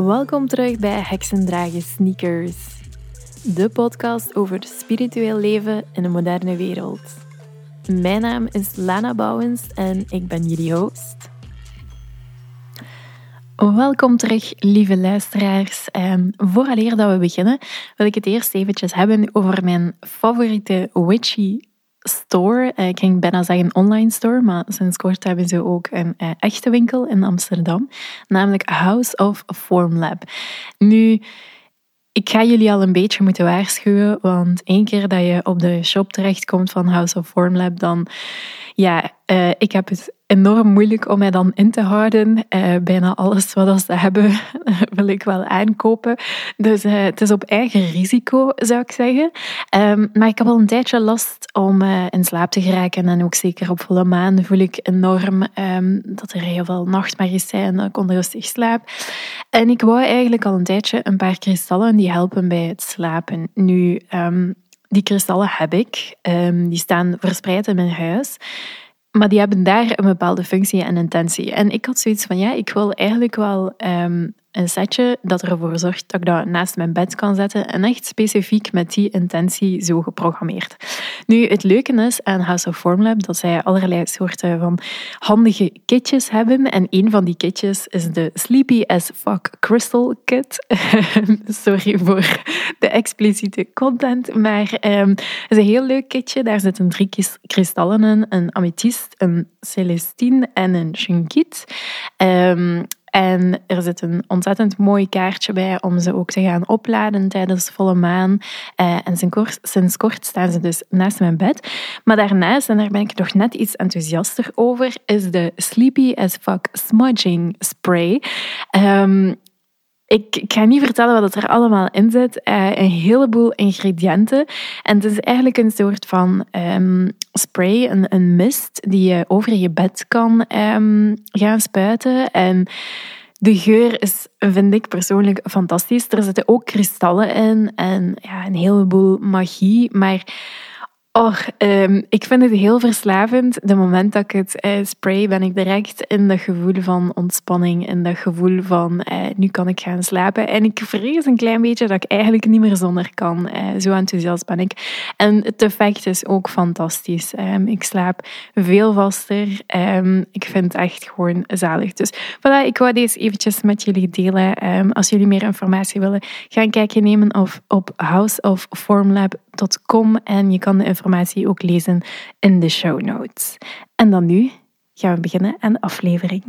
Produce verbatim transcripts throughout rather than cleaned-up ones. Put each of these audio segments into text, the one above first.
Welkom terug bij Heksendragen Sneakers, de podcast over spiritueel leven in een moderne wereld. Mijn naam is Lana Bouwens en ik ben jullie host. Welkom terug, lieve luisteraars. Um, vooraleer dat we beginnen, wil ik het eerst eventjes hebben over mijn favoriete witchy store. Uh, ik ging bijna zeggen online store, maar sinds kort hebben ze ook een uh, echte winkel in Amsterdam, namelijk House of Formlab. Nu, ik ga jullie al een beetje moeten waarschuwen, want één keer dat je op de shop terechtkomt van House of Formlab, dan, ja, uh, ik heb het enorm moeilijk om mij dan in te houden. Uh, bijna alles wat ze hebben wil ik wel aankopen. Dus uh, het is op eigen risico, zou ik zeggen. Um, maar ik heb al een tijdje last om uh, in slaap te geraken. En ook zeker op volle maan voel ik enorm um, dat er heel veel nachtmerries zijn, dat ik onrustig slaap. En ik wou eigenlijk al een tijdje een paar kristallen die helpen bij het slapen. Nu, um, die kristallen heb ik. Um, die staan verspreid in mijn huis. Maar die hebben daar een bepaalde functie en intentie. En ik had zoiets van, ja, ik wil eigenlijk wel um, een setje dat ervoor zorgt dat ik dat naast mijn bed kan zetten. En echt specifiek met die intentie zo geprogrammeerd. Nu, het leuke is aan House of Formlab dat zij allerlei soorten van handige kitjes hebben. En een van die kitjes is de Sleepy as Fuck Crystal Kit. Sorry voor de expliciete content. Maar um, het is een heel leuk kitje. Daar zitten drie kristallen in. Een amethyst, een celestine en een shinkiet. Um, En er zit een ontzettend mooi kaartje bij om ze ook te gaan opladen tijdens volle maan. Uh, en sinds kort, sinds kort staan ze dus naast mijn bed. Maar daarnaast, en daar ben ik nog net iets enthousiaster over, is de Sleepy as Fuck Smudging Spray. Um, Ik, ik ga niet vertellen wat er allemaal in zit. Uh, een heleboel ingrediënten. En het is eigenlijk een soort van um, spray, een, een mist die je over je bed kan um, gaan spuiten. En de geur is, vind ik persoonlijk, fantastisch. Er zitten ook kristallen in en ja, een heleboel magie. Maar oh, um, ik vind het heel verslavend. De moment dat ik het uh, spray, ben ik direct in dat gevoel van ontspanning. In dat gevoel van, uh, nu kan ik gaan slapen. En ik vrees een klein beetje dat ik eigenlijk niet meer zonder kan. Uh, zo enthousiast ben ik. En het effect is ook fantastisch. Um, ik slaap veel vaster. Um, ik vind het echt gewoon zalig. Dus voilà, ik wou deze eventjes met jullie delen. Um, als jullie meer informatie willen, ga een kijkje nemen op, op house of formlab dot com en je kan de informatie ook lezen in de show notes. En dan nu gaan we beginnen aan de aflevering.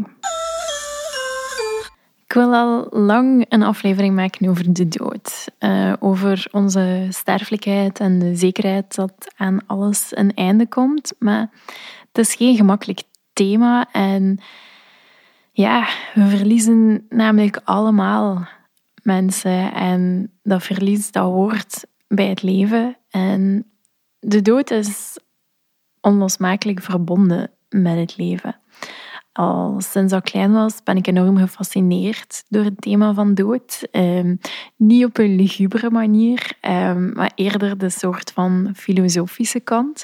Ik wil al lang een aflevering maken over de dood. Uh, over onze sterfelijkheid en de zekerheid dat aan alles een einde komt. Maar het is geen gemakkelijk thema. En ja, we verliezen namelijk allemaal mensen. En dat verlies, dat hoort bij het leven. En de dood is onlosmakelijk verbonden met het leven. Al sinds ik klein was, ben ik enorm gefascineerd door het thema van dood. Um, niet op een lugubere manier, um, maar eerder de soort van filosofische kant.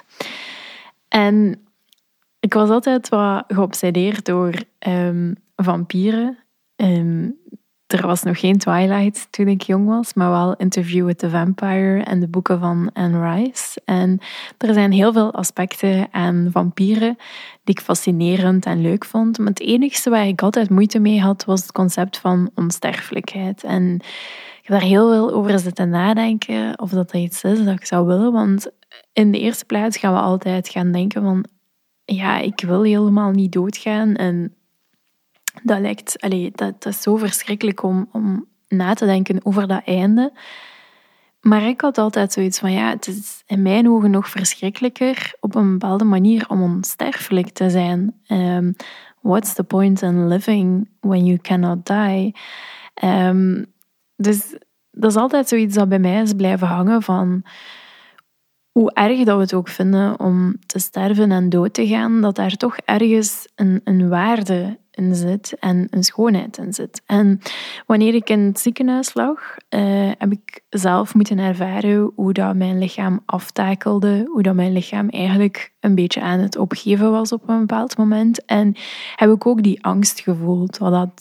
En ik was altijd wat geobsedeerd door um, vampieren. Um, Er was nog geen Twilight toen ik jong was, maar wel Interview with the Vampire en de boeken van Anne Rice. En er zijn heel veel aspecten aan vampieren die ik fascinerend en leuk vond. Maar het enige waar ik altijd moeite mee had, was het concept van onsterfelijkheid. En ik heb daar heel veel over zitten nadenken of dat er iets is dat ik zou willen. Want in de eerste plaats gaan we altijd gaan denken van, ja, ik wil helemaal niet doodgaan. En Dat lijkt, allee, dat, dat is zo verschrikkelijk om, om na te denken over dat einde. Maar ik had altijd zoiets van, ja, het is in mijn ogen nog verschrikkelijker op een bepaalde manier om onsterfelijk te zijn. Um, what's the point in living when you cannot die? Um, dus dat is altijd zoiets dat bij mij is blijven hangen van hoe erg dat we het ook vinden om te sterven en dood te gaan, dat daar toch ergens een, een waarde in zit en een schoonheid in zit. En wanneer ik in het ziekenhuis lag, uh, heb ik zelf moeten ervaren hoe dat mijn lichaam aftakelde, hoe dat mijn lichaam eigenlijk een beetje aan het opgeven was op een bepaald moment. En heb ik ook die angst gevoeld, wat dat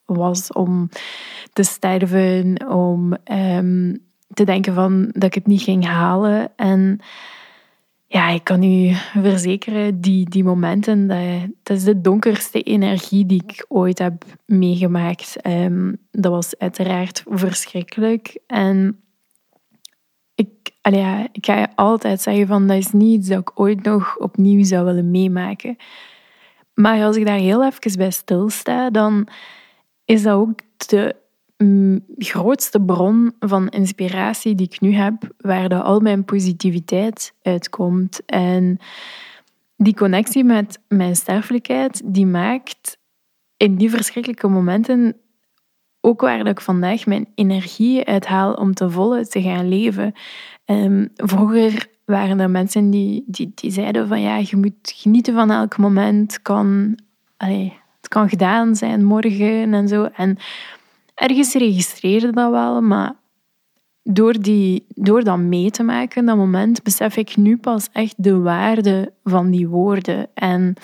was om te sterven, om um, te denken van dat ik het niet ging halen. En ja, ik kan u verzekeren, die, die momenten, dat, dat is de donkerste energie die ik ooit heb meegemaakt. Um, dat was uiteraard verschrikkelijk. En ik, allee, ja, ik ga je altijd zeggen van dat is niet iets dat ik ooit nog opnieuw zou willen meemaken. Maar als ik daar heel even bij stilsta, dan is dat ook de mm, grootste bron van inspiratie die ik nu heb, waar dat al mijn positiviteit uitkomt. En die connectie met mijn sterfelijkheid, die maakt in die verschrikkelijke momenten ook waar dat ik vandaag mijn energie uithaal om te volle te gaan leven. Um, vroeger waren er mensen die, die, die zeiden van ja, je moet genieten van elk moment. Kan, allee, het kan gedaan zijn morgen en zo. En ergens registreerde dat wel, maar door, die, door dat mee te maken, dat moment, besef ik nu pas echt de waarde van die woorden. En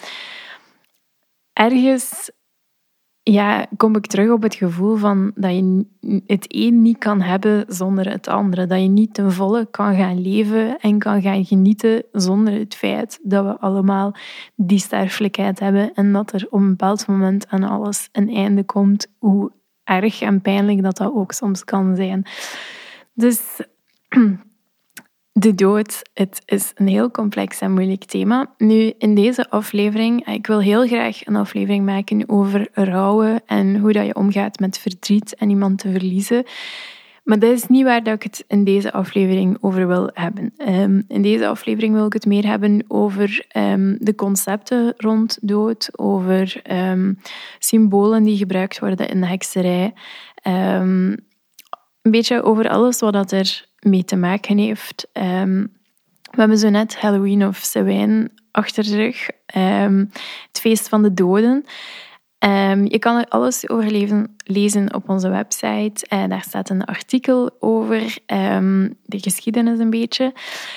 ergens ja, kom ik terug op het gevoel van dat je het een niet kan hebben zonder het andere. Dat je niet ten volle kan gaan leven en kan gaan genieten zonder het feit dat we allemaal die sterfelijkheid hebben en dat er op een bepaald moment aan alles een einde komt, hoe erg en pijnlijk dat dat ook soms kan zijn. Dus de dood, het is een heel complex en moeilijk thema. Nu, in deze aflevering, ik wil heel graag een aflevering maken over rouwen en hoe dat je omgaat met verdriet en iemand te verliezen. Maar dat is niet waar dat ik het in deze aflevering over wil hebben. Um, in deze aflevering wil ik het meer hebben over um, de concepten rond dood, over um, symbolen die gebruikt worden in de hekserij. Um, een beetje over alles wat dat er mee te maken heeft. Um, we hebben zo net Halloween of Samhain achter de rug. Um, het feest van de doden. Um, je kan er alles over leven, lezen op onze website. Uh, daar staat een artikel over um, de geschiedenis een beetje.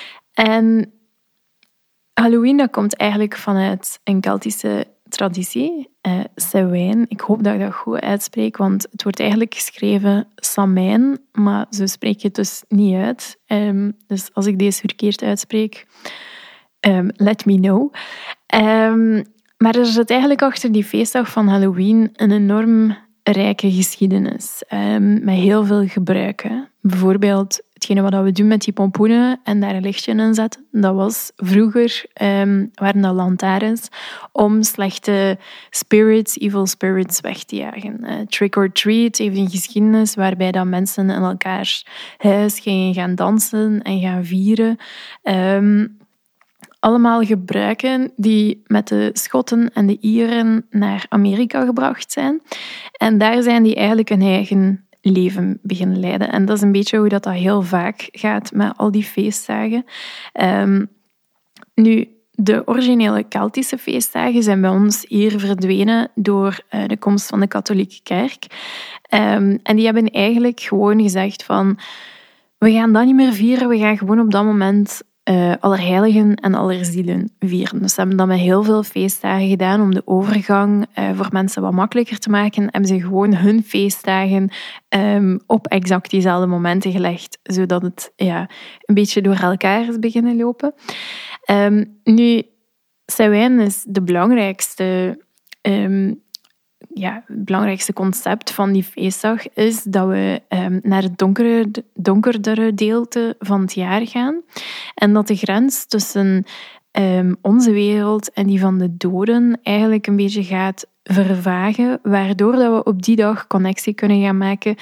En Halloween, dat komt eigenlijk vanuit een Keltische traditie. Uh, Samhain, ik hoop dat ik dat goed uitspreek, want het wordt eigenlijk geschreven Samhain, maar zo spreek je het dus niet uit. Um, dus als ik deze verkeerd uitspreek, um, let me know. Um, maar er zit eigenlijk achter die feestdag van Halloween een enorm rijke geschiedenis. Um, met heel veel gebruiken. Bijvoorbeeld hetgene wat we doen met die pompoenen en daar een lichtje in zetten. Dat was vroeger, um, waren dat lantaarns om slechte spirits, evil spirits weg te jagen. Uh, Trick or Treat heeft een geschiedenis waarbij dat mensen in elkaars huis gingen gaan dansen en gaan vieren. Um, Allemaal gebruiken die met de Schotten en de Ieren naar Amerika gebracht zijn. En daar zijn die eigenlijk hun eigen leven beginnen leiden. En dat is een beetje hoe dat, dat heel vaak gaat met al die feestdagen. Um, nu, de originele Keltische feestdagen zijn bij ons hier verdwenen door uh, de komst van de katholieke kerk. Um, en die hebben eigenlijk gewoon gezegd van, we gaan dat niet meer vieren, we gaan gewoon op dat moment Uh, Allerheiligen en Allerzielen vieren. Dus ze hebben dat met heel veel feestdagen gedaan om de overgang uh, voor mensen wat makkelijker te maken. Hebben ze gewoon hun feestdagen um, op exact diezelfde momenten gelegd, zodat het ja, een beetje door elkaar is beginnen lopen. Um, nu, Samhain is de belangrijkste um, Ja, het belangrijkste concept van die feestdag is dat we um, naar het donkere, donkerdere deelte van het jaar gaan. En dat de grens tussen um, onze wereld en die van de doden eigenlijk een beetje gaat vervagen, waardoor dat we op die dag connectie kunnen gaan maken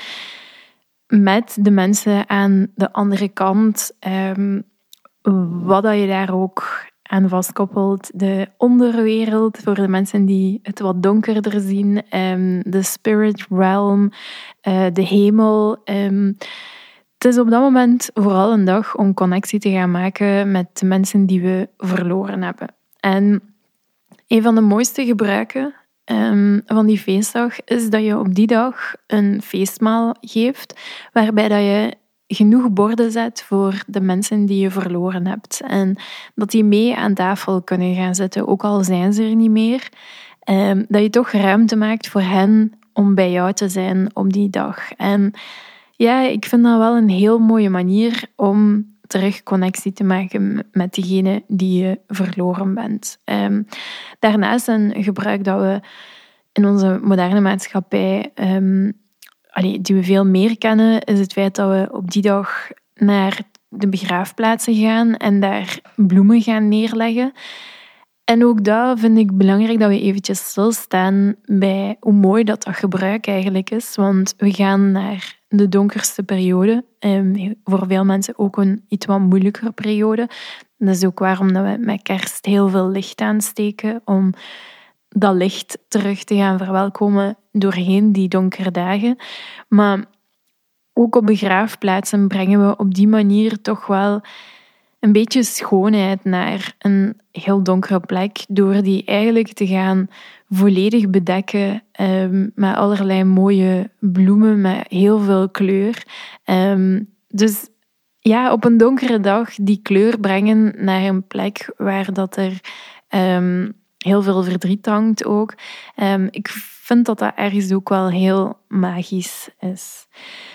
met de mensen aan de andere kant. Um, wat dat je daar ook aan vastkoppelt. De onderwereld, voor de mensen die het wat donkerder zien. Um, de spirit realm, uh, de hemel. Um, het is op dat moment vooral een dag om connectie te gaan maken met de mensen die we verloren hebben. En een van de mooiste gebruiken um, van die feestdag is dat je op die dag een feestmaal geeft, waarbij dat je genoeg borden zet voor de mensen die je verloren hebt. En dat die mee aan tafel kunnen gaan zitten, ook al zijn ze er niet meer. Um, dat je toch ruimte maakt voor hen om bij jou te zijn op die dag. En ja, ik vind dat wel een heel mooie manier om terug connectie te maken met diegene die je verloren bent. Um, daarnaast een gebruik dat we in onze moderne maatschappij, um, allee, die we veel meer kennen, is het feit dat we op die dag naar de begraafplaatsen gaan en daar bloemen gaan neerleggen. En ook dat vind ik belangrijk dat we eventjes stilstaan bij hoe mooi dat, dat gebruik eigenlijk is. Want we gaan naar de donkerste periode. En voor veel mensen ook een iets wat moeilijkere periode. Dat is ook waarom dat we met kerst heel veel licht aansteken. Om dat licht terug te gaan verwelkomen doorheen die donkere dagen. Maar ook op begraafplaatsen brengen we op die manier toch wel een beetje schoonheid naar een heel donkere plek, door die eigenlijk te gaan volledig bedekken um, met allerlei mooie bloemen, met heel veel kleur. Um, dus ja, op een donkere dag die kleur brengen naar een plek waar dat er um, heel veel verdriet hangt ook. Um, ik vind dat dat ergens ook wel heel magisch is.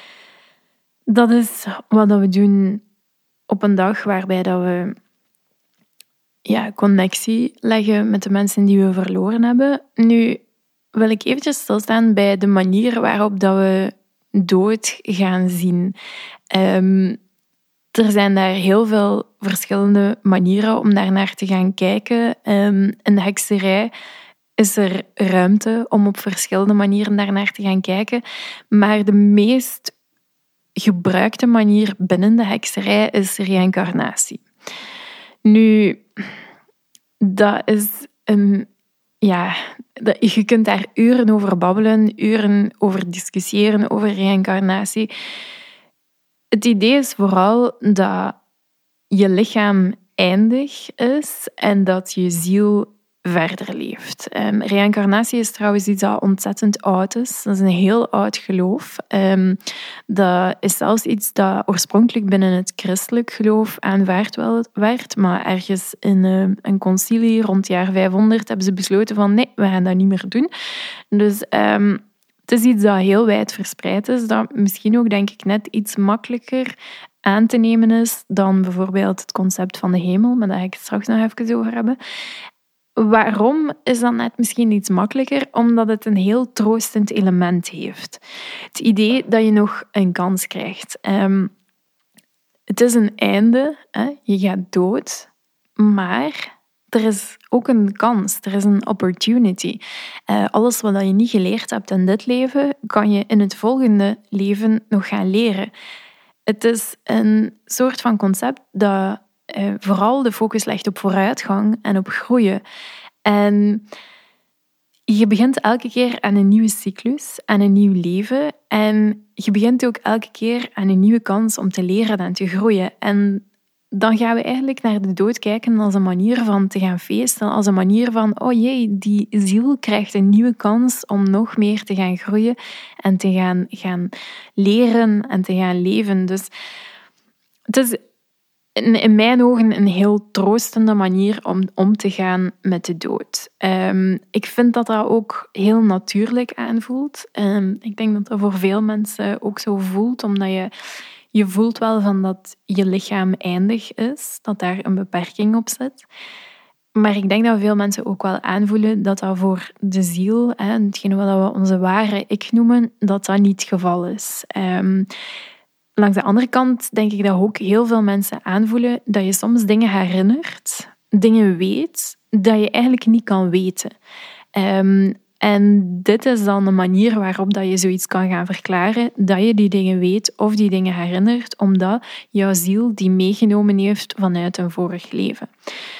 Dat is wat we doen op een dag waarbij dat we ja, connectie leggen met de mensen die we verloren hebben. Nu wil ik eventjes stilstaan bij de manier waarop dat we dood gaan zien. Um, er zijn daar heel veel verschillende manieren om daar naar te gaan kijken. Um, in de hekserij is er ruimte om op verschillende manieren daarnaar te gaan kijken. Maar de meest gebruikte manier binnen de hekserij is reïncarnatie. Nu, dat is een... Ja, dat, je kunt daar uren over babbelen, uren over discussiëren, over reïncarnatie. Het idee is vooral dat je lichaam eindig is en dat je ziel verder leeft. Um, reïncarnatie is trouwens iets dat ontzettend oud is. Dat is een heel oud geloof. Um, dat is zelfs iets dat oorspronkelijk binnen het christelijk geloof aanvaard werd, maar ergens in uh, een concilie rond het jaar vijfhonderd hebben ze besloten van nee, we gaan dat niet meer doen. Dus um, het is iets dat heel wijd verspreid is, dat misschien ook, denk ik, net iets makkelijker aan te nemen is dan bijvoorbeeld het concept van de hemel, maar daar ga ik het straks nog even over hebben. Waarom is dat net misschien iets makkelijker? Omdat het een heel troostend element heeft. Het idee dat je nog een kans krijgt. Um, het is een einde, hè? Je gaat dood, maar er is ook een kans, er is een opportunity. Uh, alles wat je niet geleerd hebt in dit leven, kan je in het volgende leven nog gaan leren. Het is een soort van concept dat Uh, vooral de focus legt op vooruitgang en op groeien. En je begint elke keer aan een nieuwe cyclus, aan een nieuw leven. En je begint ook elke keer aan een nieuwe kans om te leren en te groeien. En dan gaan we eigenlijk naar de dood kijken als een manier van te gaan feesten. Als een manier van, oh jee, die ziel krijgt een nieuwe kans om nog meer te gaan groeien en te gaan, gaan leren en te gaan leven. Dus het is in mijn ogen een heel troostende manier om om te gaan met de dood. Um, ik vind dat dat ook heel natuurlijk aanvoelt. Um, ik denk dat dat voor veel mensen ook zo voelt, omdat je, je voelt wel van dat je lichaam eindig is, dat daar een beperking op zit. Maar ik denk dat veel mensen ook wel aanvoelen dat dat voor de ziel, hè, hetgene wat we onze ware ik noemen, dat dat niet het geval is. Um, Langs de andere kant denk ik dat ook heel veel mensen aanvoelen dat je soms dingen herinnert, dingen weet, dat je eigenlijk niet kan weten. Um, en dit is dan een manier waarop dat je zoiets kan gaan verklaren, dat je die dingen weet of die dingen herinnert, omdat jouw ziel die meegenomen heeft vanuit een vorig leven.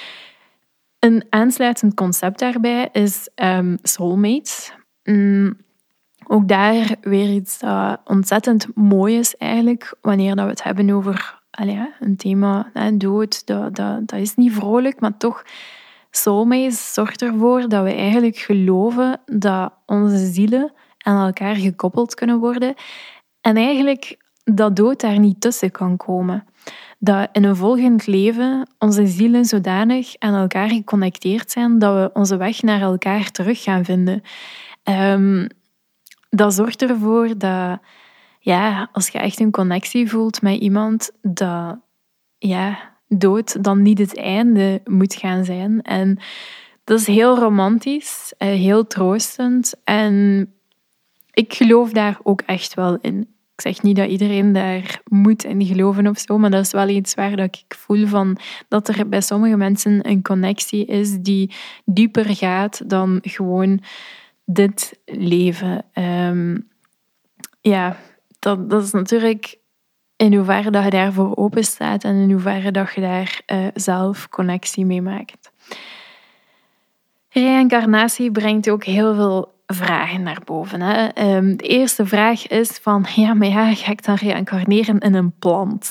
Een aansluitend concept daarbij is um, soulmates. Um, Ook daar weer iets dat ontzettend mooi is eigenlijk, wanneer we het hebben over allee, een thema, dood. Dat, dat, dat is niet vrolijk, maar toch, soulmates zorgt ervoor dat we eigenlijk geloven dat onze zielen aan elkaar gekoppeld kunnen worden. En eigenlijk dat dood daar niet tussen kan komen. Dat in een volgend leven onze zielen zodanig aan elkaar geconnecteerd zijn dat we onze weg naar elkaar terug gaan vinden. Um, dat zorgt ervoor dat, ja, als je echt een connectie voelt met iemand, dat ja, dood dan niet het einde moet gaan zijn. En dat is heel romantisch, eh, heel troostend. En ik geloof daar ook echt wel in. Ik zeg niet dat iedereen daar moet in geloven of zo, maar dat is wel iets waar dat ik voel van dat er bij sommige mensen een connectie is die dieper gaat dan gewoon dit leven. Um, ja, dat, dat is natuurlijk in hoeverre dat je daarvoor open staat en in hoeverre dat je daar uh, zelf connectie mee maakt. Reïncarnatie brengt ook heel veel vragen naar boven. Hè. Um, de eerste vraag is van, ja, maar ja, ga ik dan reïncarneren in een plant?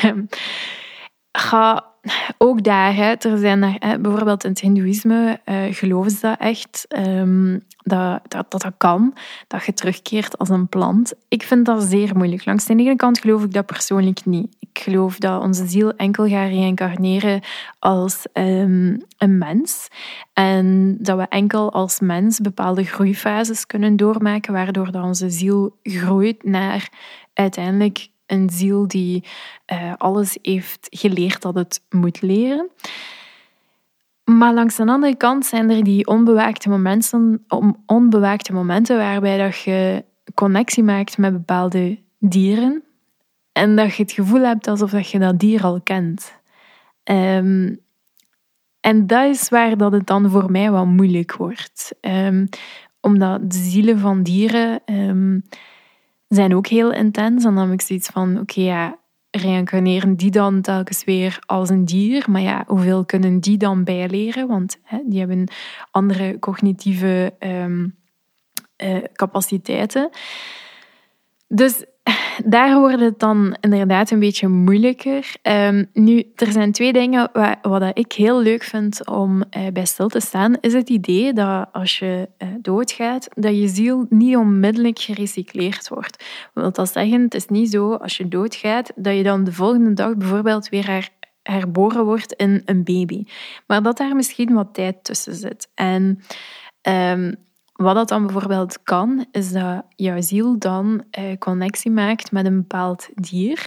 Ga ook daar, hè, er zijn er, hè, bijvoorbeeld in het hindoeïsme uh, geloven ze dat echt, um, dat, dat, dat dat kan, dat je terugkeert als een plant. Ik vind dat zeer moeilijk. Langs de ene kant geloof ik dat persoonlijk niet. Ik geloof dat onze ziel enkel gaat reïncarneren als um, een mens. En dat we enkel als mens bepaalde groeifases kunnen doormaken, waardoor dat onze ziel groeit naar uiteindelijk een ziel die uh, alles heeft geleerd dat het moet leren. Maar langs de andere kant zijn er die onbewaakte momenten, onbewaakte momenten waarbij dat je connectie maakt met bepaalde dieren en dat je het gevoel hebt alsof dat je dat dier al kent. Um, en dat is waar dat het dan voor mij wat moeilijk wordt. Um, omdat de zielen van dieren um, zijn ook heel intens. En dan heb ik zoiets van, oké, okay, ja, reïncarneren die dan telkens weer als een dier? Maar ja, hoeveel kunnen die dan bijleren? Want hè, die hebben andere cognitieve um, uh, capaciteiten. Dus daar wordt het dan inderdaad een beetje moeilijker. Um, nu, er zijn twee dingen wat, wat ik heel leuk vind om uh, bij stil te staan, is het idee dat als je uh, doodgaat, dat je ziel niet onmiddellijk gerecycleerd wordt. Wat dat zeggen, het is niet zo, als je doodgaat, dat je dan de volgende dag bijvoorbeeld weer her, herboren wordt in een baby. Maar dat daar misschien wat tijd tussen zit. En Um, Wat dat dan bijvoorbeeld kan, is dat jouw ziel dan uh, connectie maakt met een bepaald dier.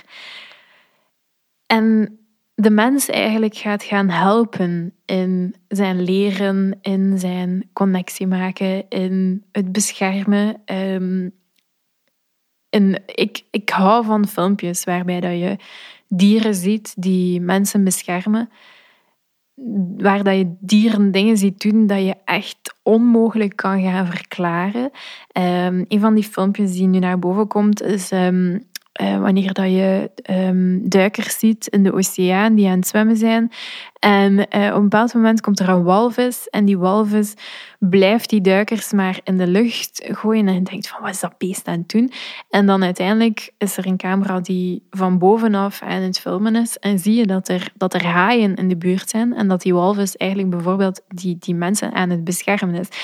En de mens eigenlijk gaat gaan helpen in zijn leren, in zijn connectie maken, in het beschermen. Um, in, ik, ik hou van filmpjes waarbij dat je dieren ziet die mensen beschermen. Waar dat je dieren dingen ziet doen dat je echt onmogelijk kan gaan verklaren. Um, een van die filmpjes die nu naar boven komt is um, uh, wanneer dat je um, duikers ziet in de oceaan die aan het zwemmen zijn. En uh, op een bepaald moment komt er een walvis en die walvis blijft die duikers maar in de lucht gooien en je denkt van, wat is dat beest aan het doen? En dan uiteindelijk is er een camera die van bovenaf aan het filmen is en zie je dat er, dat er haaien in de buurt zijn en dat die walvis eigenlijk bijvoorbeeld die, die mensen aan het beschermen is.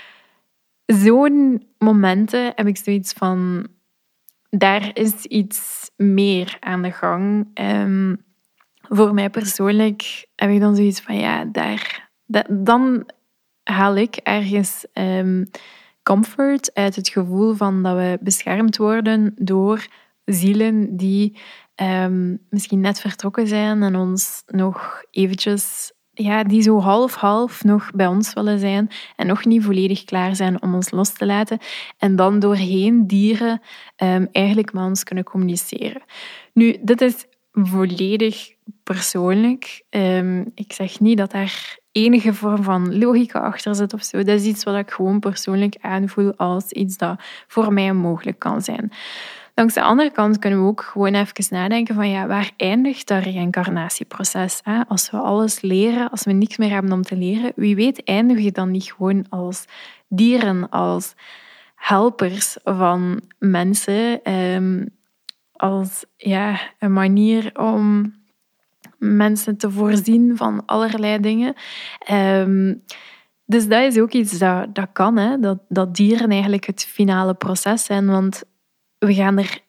Zo'n momenten heb ik zoiets van, daar is iets meer aan de gang. Um, voor mij persoonlijk heb ik dan zoiets van, ja, daar, dat, dan haal ik ergens um, comfort uit het gevoel van dat we beschermd worden door zielen die um, misschien net vertrokken zijn en ons nog eventjes, ja, die zo half-half nog bij ons willen zijn en nog niet volledig klaar zijn om ons los te laten. En dan doorheen dieren um, eigenlijk met ons kunnen communiceren. Nu, dit is volledig persoonlijk. Um, ik zeg niet dat daar enige vorm van logica achter zit of zo. Dat is iets wat ik gewoon persoonlijk aanvoel als iets dat voor mij mogelijk kan zijn. Langs de andere kant kunnen we ook gewoon even nadenken van, ja, waar eindigt dat reïncarnatieproces? Hè? Als we alles leren, als we niks meer hebben om te leren, wie weet eindig je dan niet gewoon als dieren, als helpers van mensen, um, als ja, een manier om mensen te voorzien van allerlei dingen. Um, dus dat is ook iets dat, dat kan, hè? Dat, dat dieren eigenlijk het finale proces zijn, want we gaan er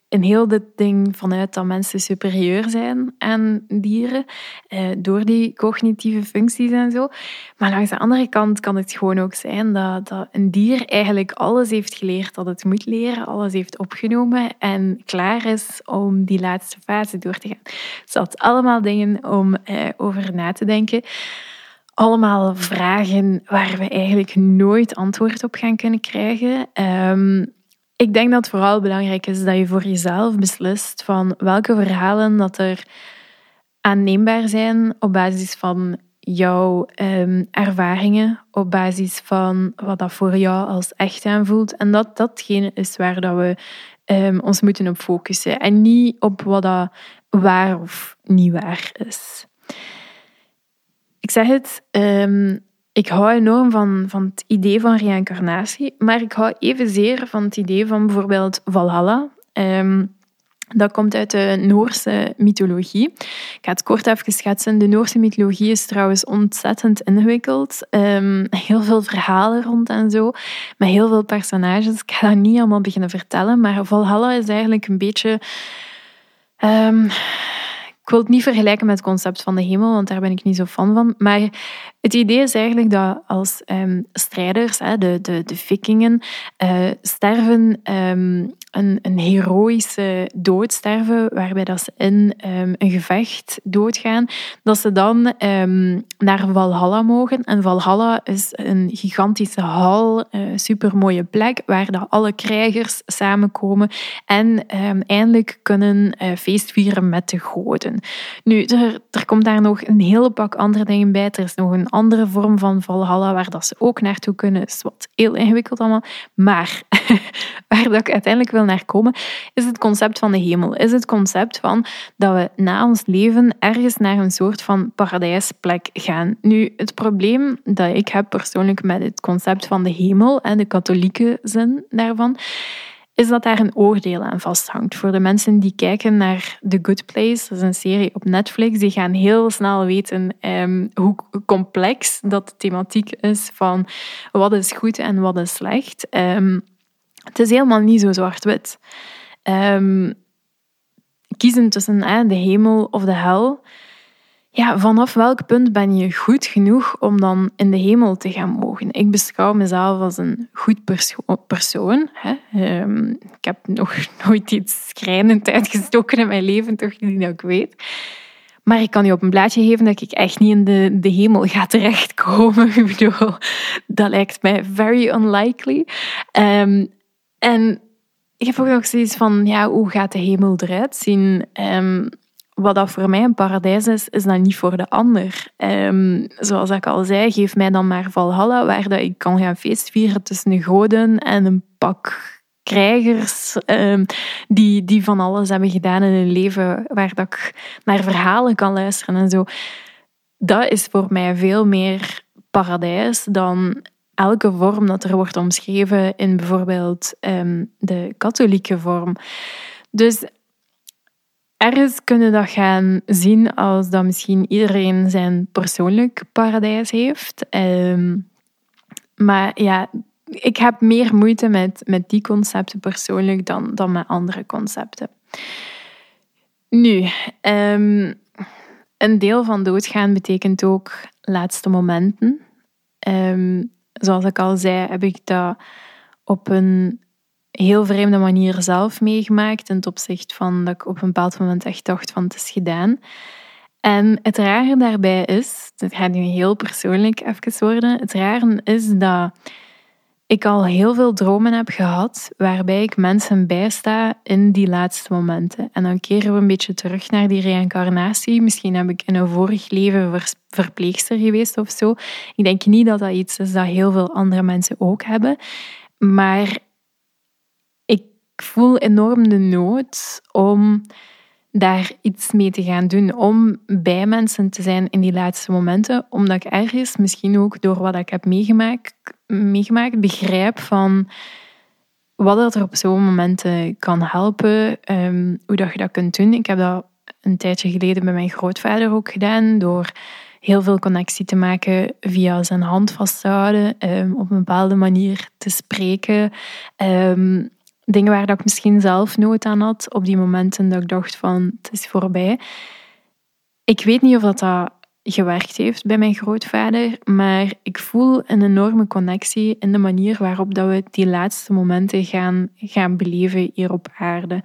een heel dit ding vanuit dat mensen superieur zijn aan dieren, eh, door die cognitieve functies en zo. Maar langs de andere kant kan het gewoon ook zijn dat, dat een dier eigenlijk alles heeft geleerd dat het moet leren, alles heeft opgenomen en klaar is om die laatste fase door te gaan. Dus dat allemaal dingen om eh, over na te denken. Allemaal vragen waar we eigenlijk nooit antwoord op gaan kunnen krijgen. Um, ik denk dat het vooral belangrijk is dat je voor jezelf beslist van welke verhalen dat er aanneembaar zijn op basis van jouw um, ervaringen, op basis van wat dat voor jou als echt aanvoelt. En dat datgene is waar dat we um, ons moeten op focussen. En niet op wat dat waar of niet waar is. Ik zeg het, um, ik hou enorm van, van het idee van reïncarnatie, maar ik hou evenzeer van het idee van bijvoorbeeld Valhalla. Um, dat komt uit de Noorse mythologie. Ik ga het kort even schetsen. De Noorse mythologie is trouwens ontzettend ingewikkeld. Um, heel veel verhalen rond en zo, met heel veel personages. Ik ga dat niet allemaal beginnen vertellen, maar Valhalla is eigenlijk een beetje... Um, Ik wil het niet vergelijken met het concept van de hemel, want daar ben ik niet zo fan van. Maar het idee is eigenlijk dat als um, strijders, hè, de, de, de vikingen, uh, sterven um, een, een heroïsche dood sterven, waarbij dat ze in um, een gevecht doodgaan, dat ze dan um, naar Valhalla mogen. En Valhalla is een gigantische hal, een supermooie plek, waar dat alle krijgers samenkomen en um, eindelijk kunnen uh, feestvieren met de goden. Nu, er, er komt daar nog een hele pak andere dingen bij. Er is nog een andere vorm van Valhalla waar dat ze ook naartoe kunnen. Het is wat heel ingewikkeld allemaal. Maar waar dat ik uiteindelijk wil naar komen, is het concept van de hemel. Is het concept van dat we na ons leven ergens naar een soort van paradijsplek gaan. Nu, het probleem dat ik heb persoonlijk met het concept van de hemel en de katholieke zin daarvan, is dat daar een oordeel aan vasthangt. Voor de mensen die kijken naar The Good Place, dat is een serie op Netflix, die gaan heel snel weten um, hoe complex dat de thematiek is van wat is goed en wat is slecht. Um, het is helemaal niet zo zwart-wit. Um, kiezen tussen eh, de hemel of de hel. Ja, vanaf welk punt ben je goed genoeg om dan in de hemel te gaan mogen? Ik beschouw mezelf als een goed perso- persoon. Hè. Um, ik heb nog nooit iets schrijnend uitgestoken in mijn leven, toch niet dat ik weet. Maar ik kan je op een blaadje geven dat ik echt niet in de, de hemel ga terechtkomen. Ik bedoel, dat lijkt mij very unlikely. Um, en ik heb ook nog zoiets van, ja, hoe gaat de hemel eruit zien? Um, Wat dat voor mij een paradijs is, is dat niet voor de ander. Um, zoals ik al zei, geef mij dan maar Valhalla, waar dat ik kan gaan feestvieren tussen de goden en een pak krijgers um, die, die van alles hebben gedaan in hun leven, waar dat ik naar verhalen kan luisteren en zo. Dat is voor mij veel meer paradijs dan elke vorm dat er wordt omschreven in bijvoorbeeld um, de katholieke vorm. Dus ergens kunnen dat gaan zien als dat misschien iedereen zijn persoonlijk paradijs heeft. Um, maar ja, ik heb meer moeite met, met die concepten persoonlijk dan, dan met andere concepten. Nu, um, een deel van doodgaan betekent ook laatste momenten. Um, zoals ik al zei, heb ik dat op een heel vreemde manier zelf meegemaakt. In het opzicht van dat ik op een bepaald moment echt dacht van het is gedaan. En het rare daarbij is, het gaat nu heel persoonlijk even worden, het rare is dat ik al heel veel dromen heb gehad waarbij ik mensen bijsta in die laatste momenten. En dan keren we een beetje terug naar die reïncarnatie. Misschien heb ik in een vorig leven verpleegster geweest of zo. Ik denk niet dat dat iets is dat heel veel andere mensen ook hebben. Maar ik voel enorm de nood om daar iets mee te gaan doen. Om bij mensen te zijn in die laatste momenten. Omdat ik ergens, misschien ook door wat ik heb meegemaakt, meegemaakt begrijp van wat er op zo'n momenten kan helpen. Um, hoe dat je dat kunt doen. Ik heb dat een tijdje geleden bij mijn grootvader ook gedaan. Door heel veel connectie te maken via zijn hand vast te houden. Um, op een bepaalde manier te spreken. Um, dingen waar dat ik misschien zelf nood aan had, op die momenten dat ik dacht van, het is voorbij. Ik weet niet of dat, dat gewerkt heeft bij mijn grootvader, maar ik voel een enorme connectie in de manier waarop dat we die laatste momenten gaan, gaan beleven hier op aarde.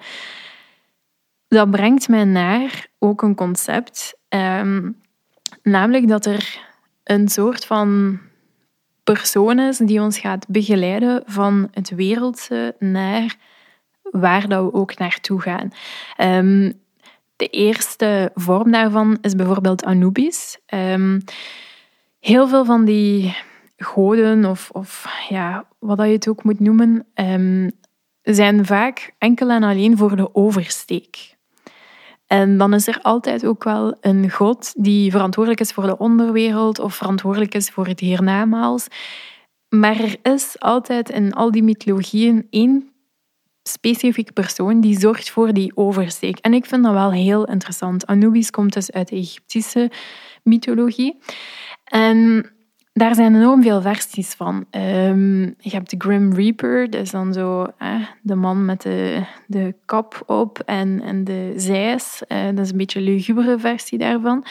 Dat brengt mij naar ook een concept, um, namelijk dat er een soort van persoon is die ons gaat begeleiden van het wereldse naar waar dat we ook naartoe gaan. Um, de eerste vorm daarvan is bijvoorbeeld Anubis. Um, heel veel van die goden, of, of ja, wat je het ook moet noemen, um, zijn vaak enkel en alleen voor de oversteek. En dan is er altijd ook wel een god die verantwoordelijk is voor de onderwereld of verantwoordelijk is voor het hiernamaals. Maar er is altijd in al die mythologieën één specifieke persoon die zorgt voor die oversteek. En ik vind dat wel heel interessant. Anubis komt dus uit de Egyptische mythologie. En daar zijn enorm veel versies van. Um, je hebt de Grim Reaper, dat is dan zo eh, de man met de, de kap op en, en de zeis. Uh, dat is een beetje een lugubere versie daarvan.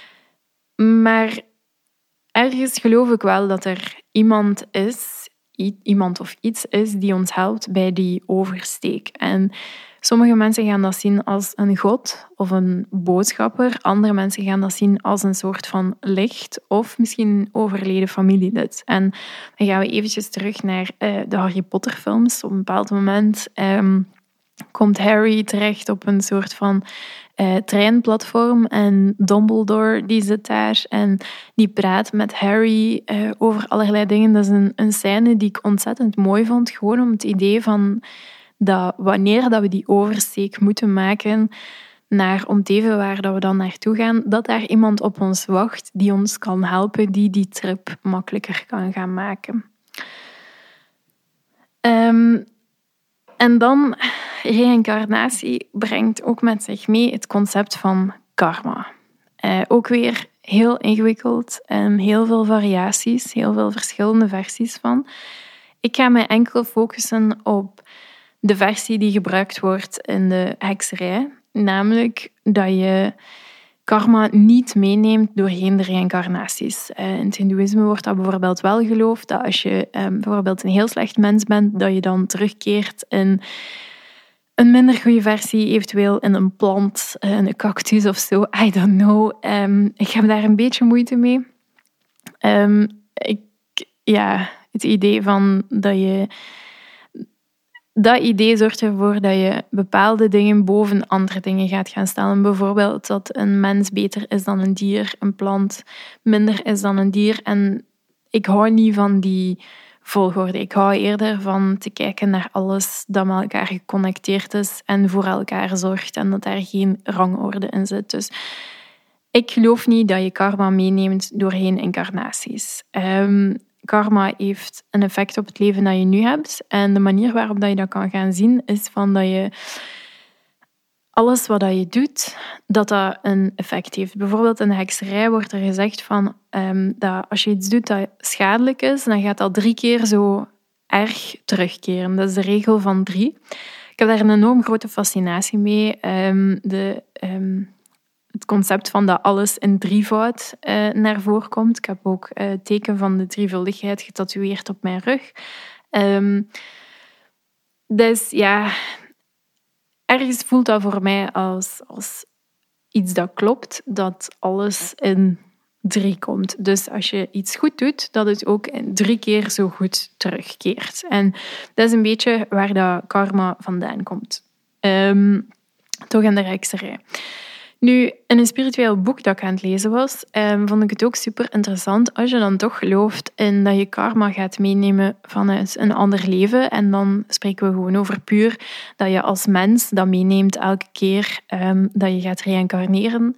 Maar ergens geloof ik wel dat er iemand is, iemand of iets is die ons helpt bij die oversteek. En sommige mensen gaan dat zien als een god of een boodschapper. Andere mensen gaan dat zien als een soort van licht of misschien een overleden familielid. En dan gaan we eventjes terug naar uh, de Harry Potter films. Op een bepaald moment um, komt Harry terecht op een soort van uh, treinplatform en Dumbledore die zit daar en die praat met Harry uh, over allerlei dingen. Dat is een, een scène die ik ontzettend mooi vond, gewoon om het idee van dat wanneer dat we die oversteek moeten maken naar om te even waar dat we dan naartoe gaan, dat daar iemand op ons wacht die ons kan helpen, die die trip makkelijker kan gaan maken. Um, en dan, reïncarnatie brengt ook met zich mee het concept van karma. Uh, ook weer heel ingewikkeld en heel veel variaties, heel veel verschillende versies van. Ik ga mij enkel focussen op de versie die gebruikt wordt in de hekserij, namelijk dat je karma niet meeneemt doorheen de reïncarnaties. In het hindoeïsme wordt dat bijvoorbeeld wel geloofd, dat als je bijvoorbeeld een heel slecht mens bent, dat je dan terugkeert in een minder goede versie, eventueel in een plant, een cactus of zo, I don't know. Ik heb daar een beetje moeite mee. Ik, ja, het idee van dat je Dat idee zorgt ervoor dat je bepaalde dingen boven andere dingen gaat gaan stellen. Bijvoorbeeld dat een mens beter is dan een dier, een plant minder is dan een dier. En ik hou niet van die volgorde. Ik hou eerder van te kijken naar alles dat met elkaar geconnecteerd is en voor elkaar zorgt en dat daar geen rangorde in zit. Dus ik geloof niet dat je karma meeneemt doorheen incarnaties. Um, Karma heeft een effect op het leven dat je nu hebt. En de manier waarop dat je dat kan gaan zien, is van dat je alles wat je doet, dat dat een effect heeft. Bijvoorbeeld in de hekserij wordt er gezegd van, um, dat als je iets doet dat schadelijk is, dan gaat dat drie keer zo erg terugkeren. Dat is de regel van drie. Ik heb daar een enorm grote fascinatie mee. Um, de... Um, Het concept van dat alles in drievoud uh, naar voren komt. Ik heb ook uh, het teken van de drievuldigheid getatoeëerd op mijn rug. Um, dus ja, ergens voelt dat voor mij als, als iets dat klopt, dat alles in drie komt. Dus als je iets goed doet, dat het ook drie keer zo goed terugkeert. En dat is een beetje waar dat karma vandaan komt. Um, toch in de hekserij. Nu, in een spiritueel boek dat ik aan het lezen was, eh, vond ik het ook super interessant als je dan toch gelooft in dat je karma gaat meenemen vanuit een ander leven. En dan spreken we gewoon over puur dat je als mens dat meeneemt elke keer eh, dat je gaat reïncarneren.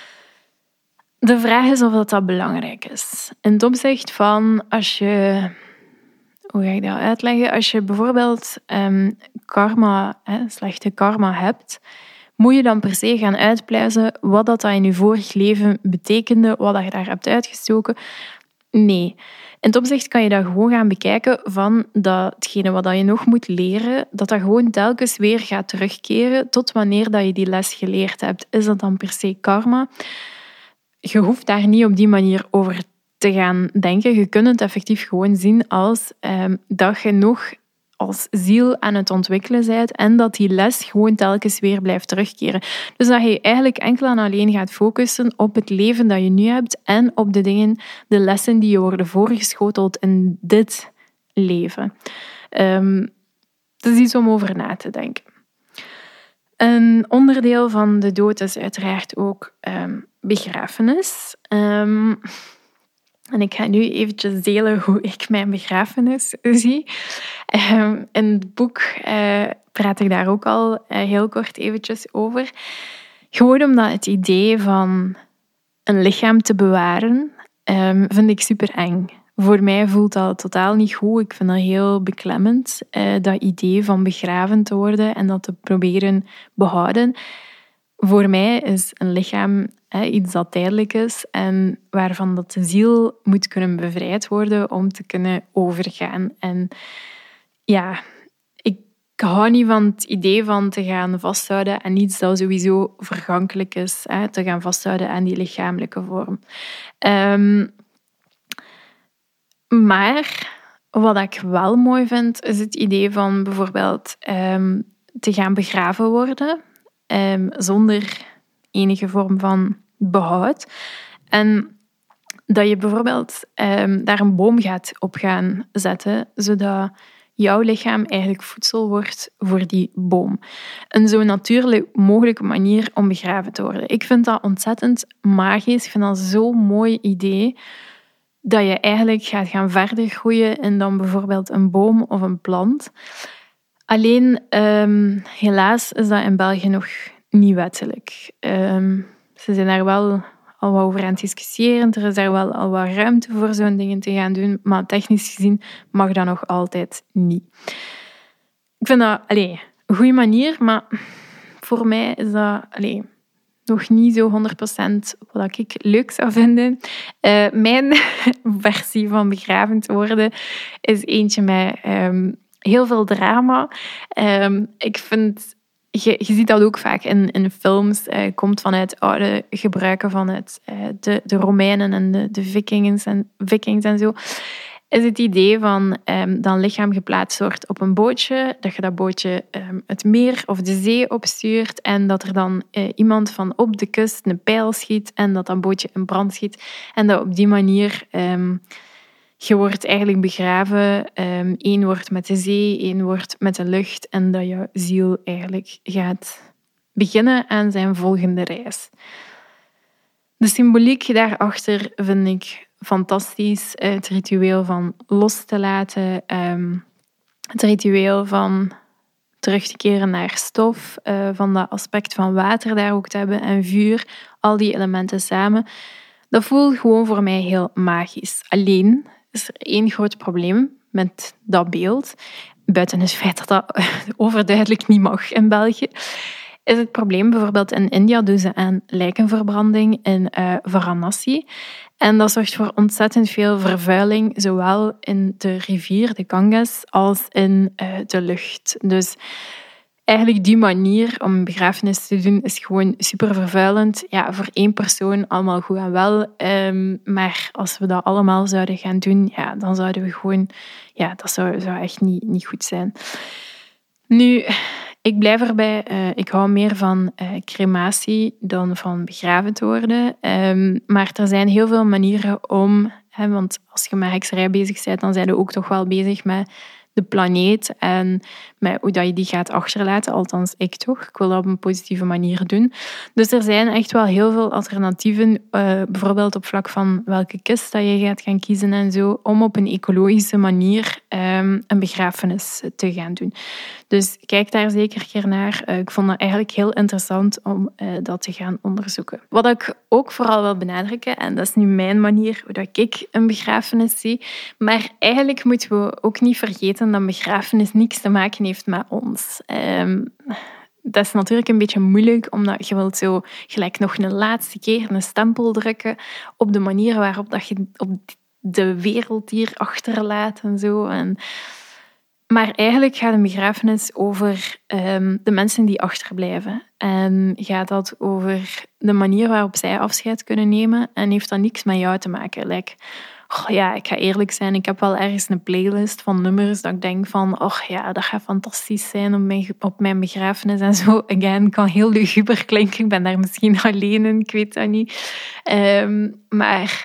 De vraag is of dat, dat belangrijk is. In het opzicht van als je... Hoe ga ik dat uitleggen? Als je bijvoorbeeld eh, karma, eh, slechte karma hebt, moet je dan per se gaan uitpluizen wat dat in je vorig leven betekende, wat dat je daar hebt uitgestoken. Nee. In het opzicht kan je dat gewoon gaan bekijken van dat hetgene wat je nog moet leren, dat dat gewoon telkens weer gaat terugkeren tot wanneer dat je die les geleerd hebt. Is dat dan per se karma? Je hoeft daar niet op die manier over te gaan denken. Je kunt het effectief gewoon zien als eh, dat je nog als ziel aan het ontwikkelen bent en dat die les gewoon telkens weer blijft terugkeren. Dus dat je eigenlijk enkel en alleen gaat focussen op het leven dat je nu hebt en op de dingen, de lessen die je worden voorgeschoteld in dit leven. Um, het is iets om over na te denken. Een onderdeel van de dood is uiteraard ook um, begrafenis. Um, En ik ga nu eventjes delen hoe ik mijn begrafenis zie. Um, in het boek uh, praat ik daar ook al uh, heel kort eventjes over. Gewoon omdat het idee van een lichaam te bewaren, um, vind ik super eng. Voor mij voelt dat totaal niet goed. Ik vind dat heel beklemmend, uh, dat idee van begraven te worden en dat te proberen behouden. Voor mij is een lichaam hè, iets dat tijdelijk is en waarvan dat de ziel moet kunnen bevrijd worden om te kunnen overgaan. En ja, ik hou niet van het idee van te gaan vasthouden aan iets dat sowieso vergankelijk is. Hè, te gaan vasthouden aan die lichamelijke vorm. Um, maar wat ik wel mooi vind, is het idee van bijvoorbeeld um, te gaan begraven worden. Um, zonder enige vorm van behoud. En dat je bijvoorbeeld um, daar een boom gaat op gaan zetten, zodat jouw lichaam eigenlijk voedsel wordt voor die boom. Een zo natuurlijk mogelijke manier om begraven te worden. Ik vind dat ontzettend magisch. Ik vind dat zo'n mooi idee dat je eigenlijk gaat gaan verder groeien in dan bijvoorbeeld een boom of een plant. Alleen, um, helaas is dat in België nog niet wettelijk. Um, ze zijn daar wel al wat over aan het discussiëren. Er is daar wel al wat ruimte voor zo'n dingen te gaan doen. Maar technisch gezien mag dat nog altijd niet. Ik vind dat allee, een goede manier, maar voor mij is dat allee, nog niet zo honderd procent wat ik leuk zou vinden. Uh, mijn versie van begraven te worden is eentje met um, heel veel drama. Um, ik vind... Je, je ziet dat ook vaak in, in films. Het uh, komt vanuit oude gebruiken vanuit uh, de, de Romeinen en de, de Vikings, en, Vikings en zo. Is het idee van um, dat een lichaam geplaatst wordt op een bootje, dat je dat bootje um, het meer of de zee opstuurt en dat er dan uh, iemand van op de kust een pijl schiet en dat dat bootje in brand schiet. En dat op die manier... Um, Je wordt eigenlijk begraven. Um, één wordt met de zee, één wordt met de lucht. En dat je ziel eigenlijk gaat beginnen aan zijn volgende reis. De symboliek daarachter vind ik fantastisch. Het ritueel van los te laten. Um, het ritueel van terug te keren naar stof. Uh, van dat aspect van water daar ook te hebben. En vuur. Al die elementen samen. Dat voelt gewoon voor mij heel magisch. Alleen... is er één groot probleem met dat beeld, buiten het feit dat dat overduidelijk niet mag in België, is het probleem bijvoorbeeld in India doen ze aan lijkenverbranding in uh, Varanasi. En dat zorgt voor ontzettend veel vervuiling, zowel in de rivier, de Ganges, als in uh, de lucht. Dus eigenlijk die manier om een begrafenis te doen is gewoon super vervuilend. Ja, voor één persoon allemaal goed en wel. Um, maar als we dat allemaal zouden gaan doen, ja, dan zouden we gewoon... Ja, dat zou, zou echt niet, niet goed zijn. Nu, ik blijf erbij. Uh, ik hou meer van uh, crematie dan van begraven te worden. Um, maar er zijn heel veel manieren om... Hè, want als je met hekserij bezig bent, dan zijn we ook toch wel bezig met... de planeet en met hoe dat je die gaat achterlaten. Althans, ik toch. Ik wil dat op een positieve manier doen. Dus er zijn echt wel heel veel alternatieven, uh, bijvoorbeeld op vlak van welke kist dat je gaat gaan kiezen en zo, om op een ecologische manier um, een begrafenis te gaan doen. Dus kijk daar zeker een keer naar. Uh, ik vond dat eigenlijk heel interessant om uh, dat te gaan onderzoeken. Wat ik ook vooral wil benadrukken, en dat is nu mijn manier hoe dat ik een begrafenis zie, maar eigenlijk moeten we ook niet vergeten dat een begrafenis niks te maken heeft met ons. Um, dat is natuurlijk een beetje moeilijk, omdat je wilt zo gelijk nog een laatste keer een stempel drukken op de manier waarop dat je op de wereld hier achterlaat en zo. En, maar eigenlijk gaat een begrafenis over um, de mensen die achterblijven. En gaat dat over de manier waarop zij afscheid kunnen nemen. En heeft dat niks met jou te maken. Like, oh ja, ik ga eerlijk zijn, ik heb wel ergens een playlist van nummers dat ik denk van, oh ja, dat gaat fantastisch zijn op mijn, op mijn begrafenis en zo. Again, kan heel luguber klinken, ik ben daar misschien alleen in, ik weet dat niet. Um, maar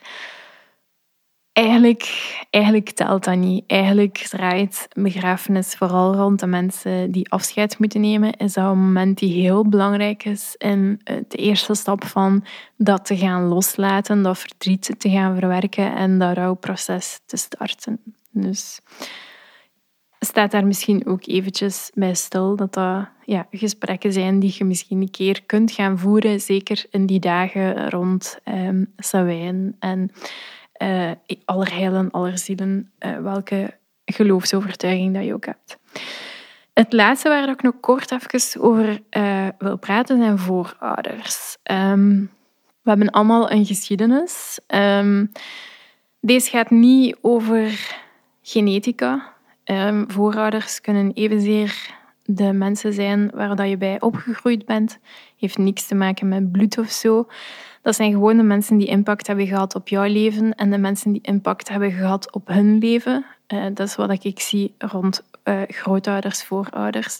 eigenlijk, eigenlijk telt dat niet. Eigenlijk draait begrafenis vooral rond de mensen die afscheid moeten nemen. Is dat een moment die heel belangrijk is in de eerste stap van dat te gaan loslaten, dat verdriet te gaan verwerken en dat rouwproces te starten. Dus staat daar misschien ook eventjes bij stil dat dat ja, gesprekken zijn die je misschien een keer kunt gaan voeren, zeker in die dagen rond um, Samhain en Uh, allerheilen, allerzielen, uh, welke geloofsovertuiging dat je ook hebt. Het laatste waar ik nog kort even over uh, wil praten zijn voorouders. Um, we hebben allemaal een geschiedenis. Um, deze gaat niet over genetica. Um, voorouders kunnen evenzeer de mensen zijn waar dat je bij opgegroeid bent. Heeft niks te maken met bloed of zo. Dat zijn gewoon de mensen die impact hebben gehad op jouw leven en de mensen die impact hebben gehad op hun leven. Uh, dat is wat ik zie rond uh, grootouders, voorouders.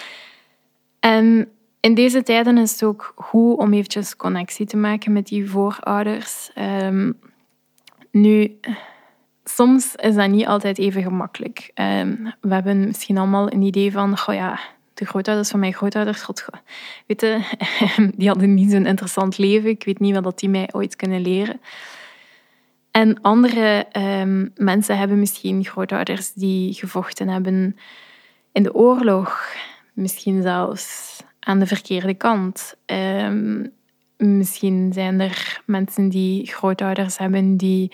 En in deze tijden is het ook goed om eventjes connectie te maken met die voorouders. Um, nu, soms is dat niet altijd even gemakkelijk. Um, we hebben misschien allemaal een idee van, oh ja, de grootouders van mijn grootouders, god, weet je, die hadden niet zo'n interessant leven. Ik weet niet wat die mij ooit kunnen leren. En andere um, mensen hebben misschien grootouders die gevochten hebben in de oorlog. Misschien zelfs aan de verkeerde kant. Um, misschien zijn er mensen die grootouders hebben die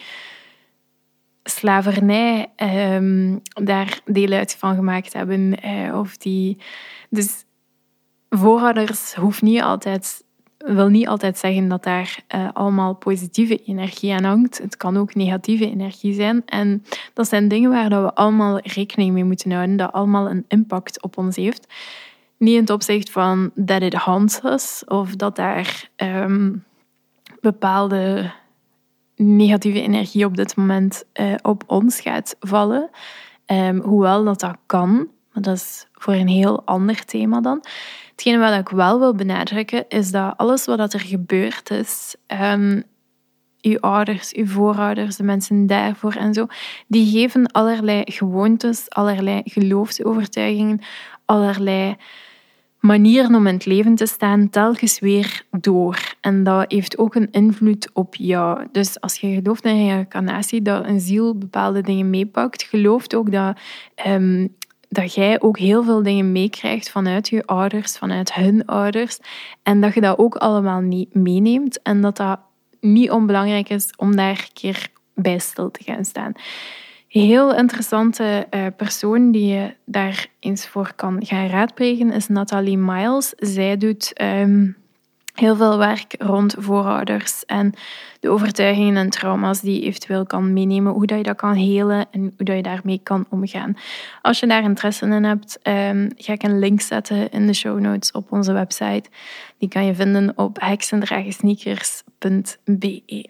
slavernij um, daar deel uit van gemaakt hebben. Uh, of die... Dus voorouders hoeft niet altijd, wil niet altijd zeggen dat daar uh, allemaal positieve energie aan hangt. Het kan ook negatieve energie zijn. En dat zijn dingen waar we allemaal rekening mee moeten houden, dat allemaal een impact op ons heeft. Niet in het opzicht van that it haunts us, of dat daar um, bepaalde negatieve energie op dit moment uh, op ons gaat vallen. Um, hoewel dat dat kan, maar dat is voor een heel ander thema dan. Hetgene wat ik wel wil benadrukken, is dat alles wat er gebeurd is, um, uw ouders, uw voorouders, de mensen daarvoor en zo, die geven allerlei gewoontes, allerlei geloofsovertuigingen, allerlei manieren om in het leven te staan telkens weer door. En dat heeft ook een invloed op jou. Dus als je gelooft in reïncarnatie, dat een ziel bepaalde dingen meepakt, gelooft ook dat, um, dat jij ook heel veel dingen meekrijgt vanuit je ouders, vanuit hun ouders. En dat je dat ook allemaal niet meeneemt. En dat dat niet onbelangrijk is om daar een keer bij stil te gaan staan. Heel interessante uh, persoon die je daar eens voor kan gaan raadplegen is Nathalie Miles. Zij doet um, heel veel werk rond voorouders en de overtuigingen en trauma's die je eventueel kan meenemen, hoe dat je dat kan helen en hoe dat je daarmee kan omgaan. Als je daar interesse in hebt, um, ga ik een link zetten in de show notes op onze website. Die kan je vinden op heksendragensneakers punt be.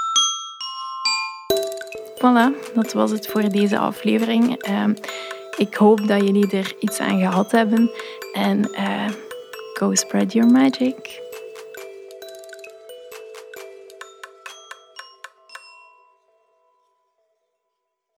Voilà, dat was het voor deze aflevering. Uh, ik hoop dat jullie er iets aan gehad hebben. En uh, go spread your magic.